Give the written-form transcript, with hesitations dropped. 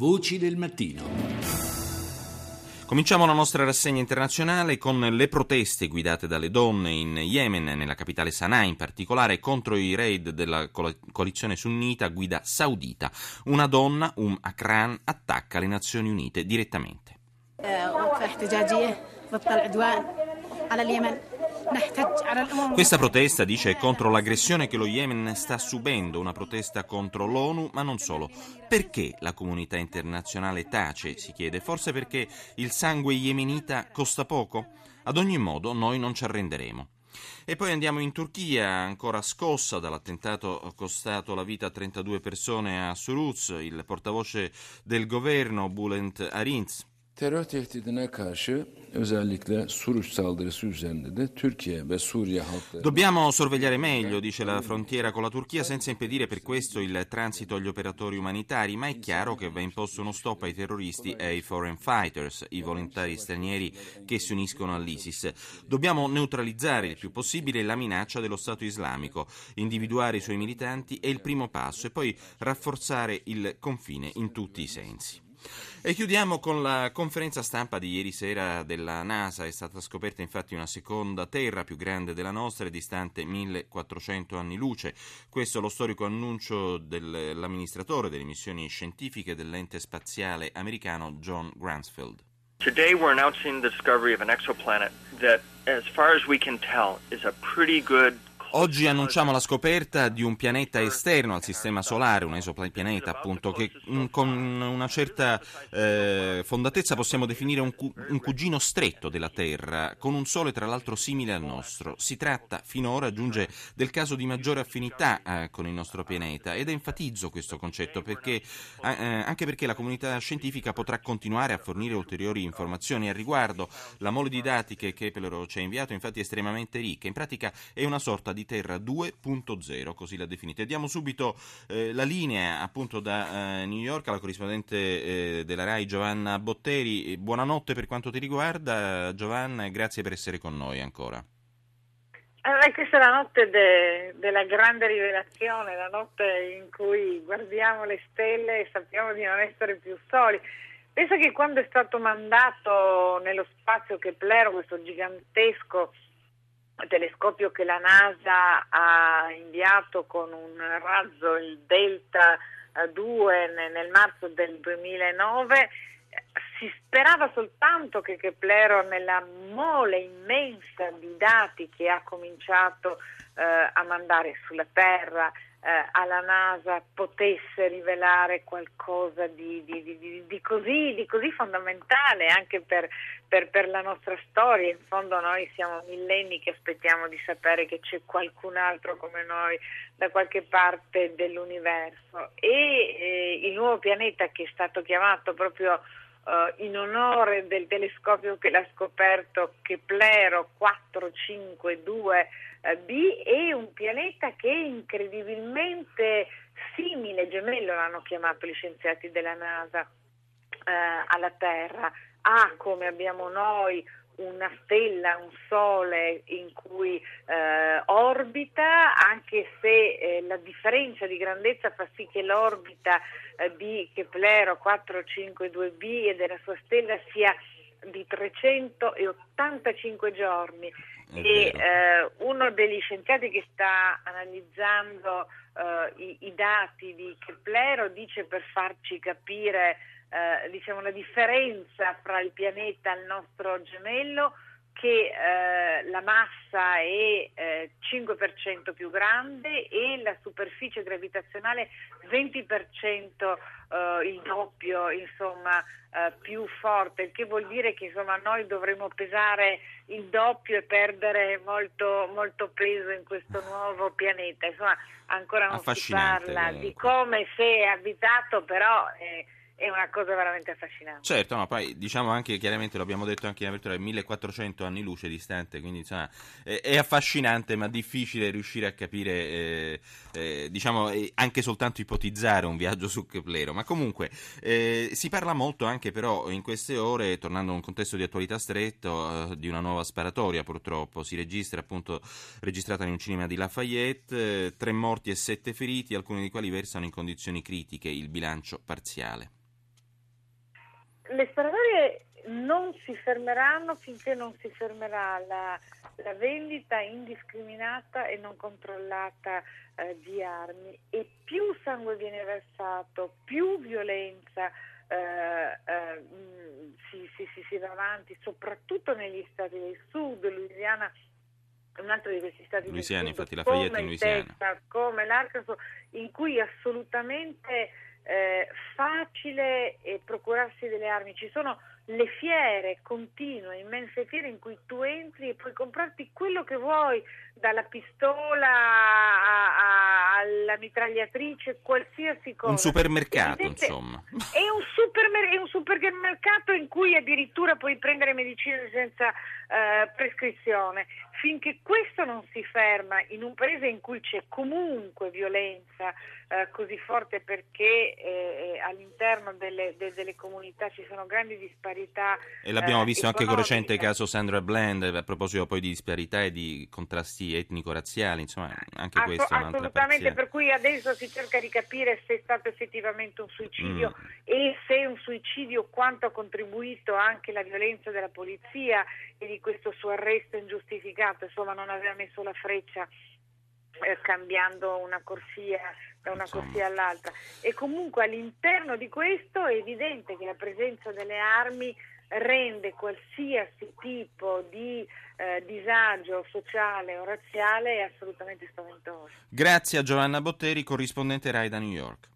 Voci del mattino. Cominciamo la nostra rassegna internazionale con le proteste guidate dalle donne in Yemen, nella capitale Sana'a in particolare, contro i raid della coalizione sunnita a guida saudita. Una donna, Akran, attacca le Nazioni Unite direttamente. Questa protesta, dice, è contro l'aggressione che lo Yemen sta subendo, una protesta contro l'ONU, ma non solo. Perché la comunità internazionale tace, si chiede? Forse perché il sangue yemenita costa poco? Ad ogni modo, noi non ci arrenderemo. E poi andiamo in Turchia, ancora scossa dall'attentato costato la vita a 32 persone a Suruz. Il portavoce del governo, Bülent Arınç, Terör tehdidine karşı özellikle Suruç saldırısı üzerinde de Türkiye ve Suriye halkları. Dobbiamo sorvegliare meglio, dice, la frontiera con la Turchia senza impedire per questo il transito agli operatori umanitari, ma è chiaro che va imposto uno stop ai terroristi e ai foreign fighters, i volontari stranieri che si uniscono all'ISIS. Dobbiamo neutralizzare il più possibile la minaccia dello Stato islamico, individuare i suoi militanti è il primo passo e poi rafforzare il confine in tutti i sensi. E chiudiamo con la conferenza stampa di ieri sera della NASA. È stata scoperta infatti una seconda terra più grande della nostra e distante 1400 anni luce. Questo è lo storico annuncio dell'amministratore delle missioni scientifiche dell'ente spaziale americano John Grunsfeld. Today we're announcing the discovery of an exoplanet that, as far as we can tell, is a pretty good. Oggi annunciamo la scoperta di un pianeta esterno al sistema solare, un esopianeta appunto, che con una certa fondatezza possiamo definire un cugino stretto della Terra, con un Sole tra l'altro simile al nostro. Si tratta finora, aggiunge, del caso di maggiore affinità con il nostro pianeta, ed enfatizzo questo concetto perché anche perché la comunità scientifica potrà continuare a fornire ulteriori informazioni al riguardo. La mole di dati che Kepler ci ha inviato infatti è estremamente ricca, in pratica è una sorta di Terra 2.0, così la definite. Diamo subito la linea appunto da New York alla corrispondente della RAI Giovanna Botteri. Buonanotte per quanto ti riguarda, Giovanna, e grazie per essere con noi ancora. Questa è la notte della grande rivelazione, la notte in cui guardiamo le stelle e sappiamo di non essere più soli. Penso che quando è stato mandato nello spazio Kepler, questo gigantesco telescopio che la NASA ha inviato con un razzo, il Delta 2, nel marzo del 2009, si sperava soltanto che Kepler, nella mole immensa di dati che ha cominciato a mandare sulla Terra alla NASA, potesse rivelare qualcosa di così fondamentale anche per la nostra storia. In fondo noi siamo millenni che aspettiamo di sapere che c'è qualcun altro come noi da qualche parte dell'universo, e il nuovo pianeta, che è stato chiamato proprio in onore del telescopio che l'ha scoperto, Kepler 452b, è un pianeta che è incredibilmente simile, gemello l'hanno chiamato gli scienziati della NASA, alla Terra. Ha, come abbiamo noi, una stella, un Sole in cui orbita, anche se la differenza di grandezza fa sì che l'orbita di Kepler 452b e della sua stella sia di 385 giorni. E uno degli scienziati che sta analizzando i dati di Kepler dice, per farci capire la differenza fra il pianeta e il nostro gemello, che la massa è 5% più grande e la superficie gravitazionale 20% il doppio, più forte, il che vuol dire che noi dovremo pesare il doppio e perdere molto, molto peso in questo nuovo pianeta. Ancora non si parla di come se è abitato, però è una cosa veramente affascinante. Certo, no, poi diciamo anche chiaramente, lo abbiamo detto anche in apertura, è 1400 anni luce distante, quindi insomma è affascinante, ma difficile riuscire a capire, anche soltanto ipotizzare un viaggio su Kepler. Ma comunque si parla molto anche però in queste ore, tornando a un contesto di attualità stretto, di una nuova sparatoria purtroppo. Si registrata in un cinema di Lafayette, 3 morti e 7 feriti, alcuni dei quali versano in condizioni critiche, il bilancio parziale. Le sparatorie non si fermeranno finché non si fermerà la vendita indiscriminata e non controllata di armi, e più sangue viene versato, più violenza si va avanti, soprattutto negli stati del sud. Louisiana, un altro di questi stati Louisiana, del sud, infatti, come Lafayette in il Louisiana. Texas, come l'Arkansas, in cui è assolutamente facile procurarsi delle armi. Ci sono le fiere continue, immense fiere in cui tu entri e puoi comprarti quello che vuoi, dalla pistola alla mitragliatrice, qualsiasi cosa. Un supermercato, insomma. È un supermercato in cui addirittura puoi prendere medicine senza prescrizione. Finché questo non si ferma in un paese in cui c'è comunque violenza così forte, perché all'interno delle comunità ci sono grandi disparità. E l'abbiamo visto anche con il economiche. recente caso Sandra Bland, a proposito poi di disparità e di contrasti etnico-razziali, insomma, anche questa è un'altra Assolutamente, parziale. per cui adesso si cerca di capire se è stato effettivamente un suicidio e se è un suicidio quanto ha contribuito anche la violenza della polizia e di questo suo arresto ingiustificato, insomma non aveva messo la freccia cambiando una corsia da una corsia all'altra. E comunque all'interno di questo è evidente che la presenza delle armi rende qualsiasi tipo di disagio sociale o razziale assolutamente spaventoso. Grazie a Giovanna Botteri, corrispondente Rai da New York.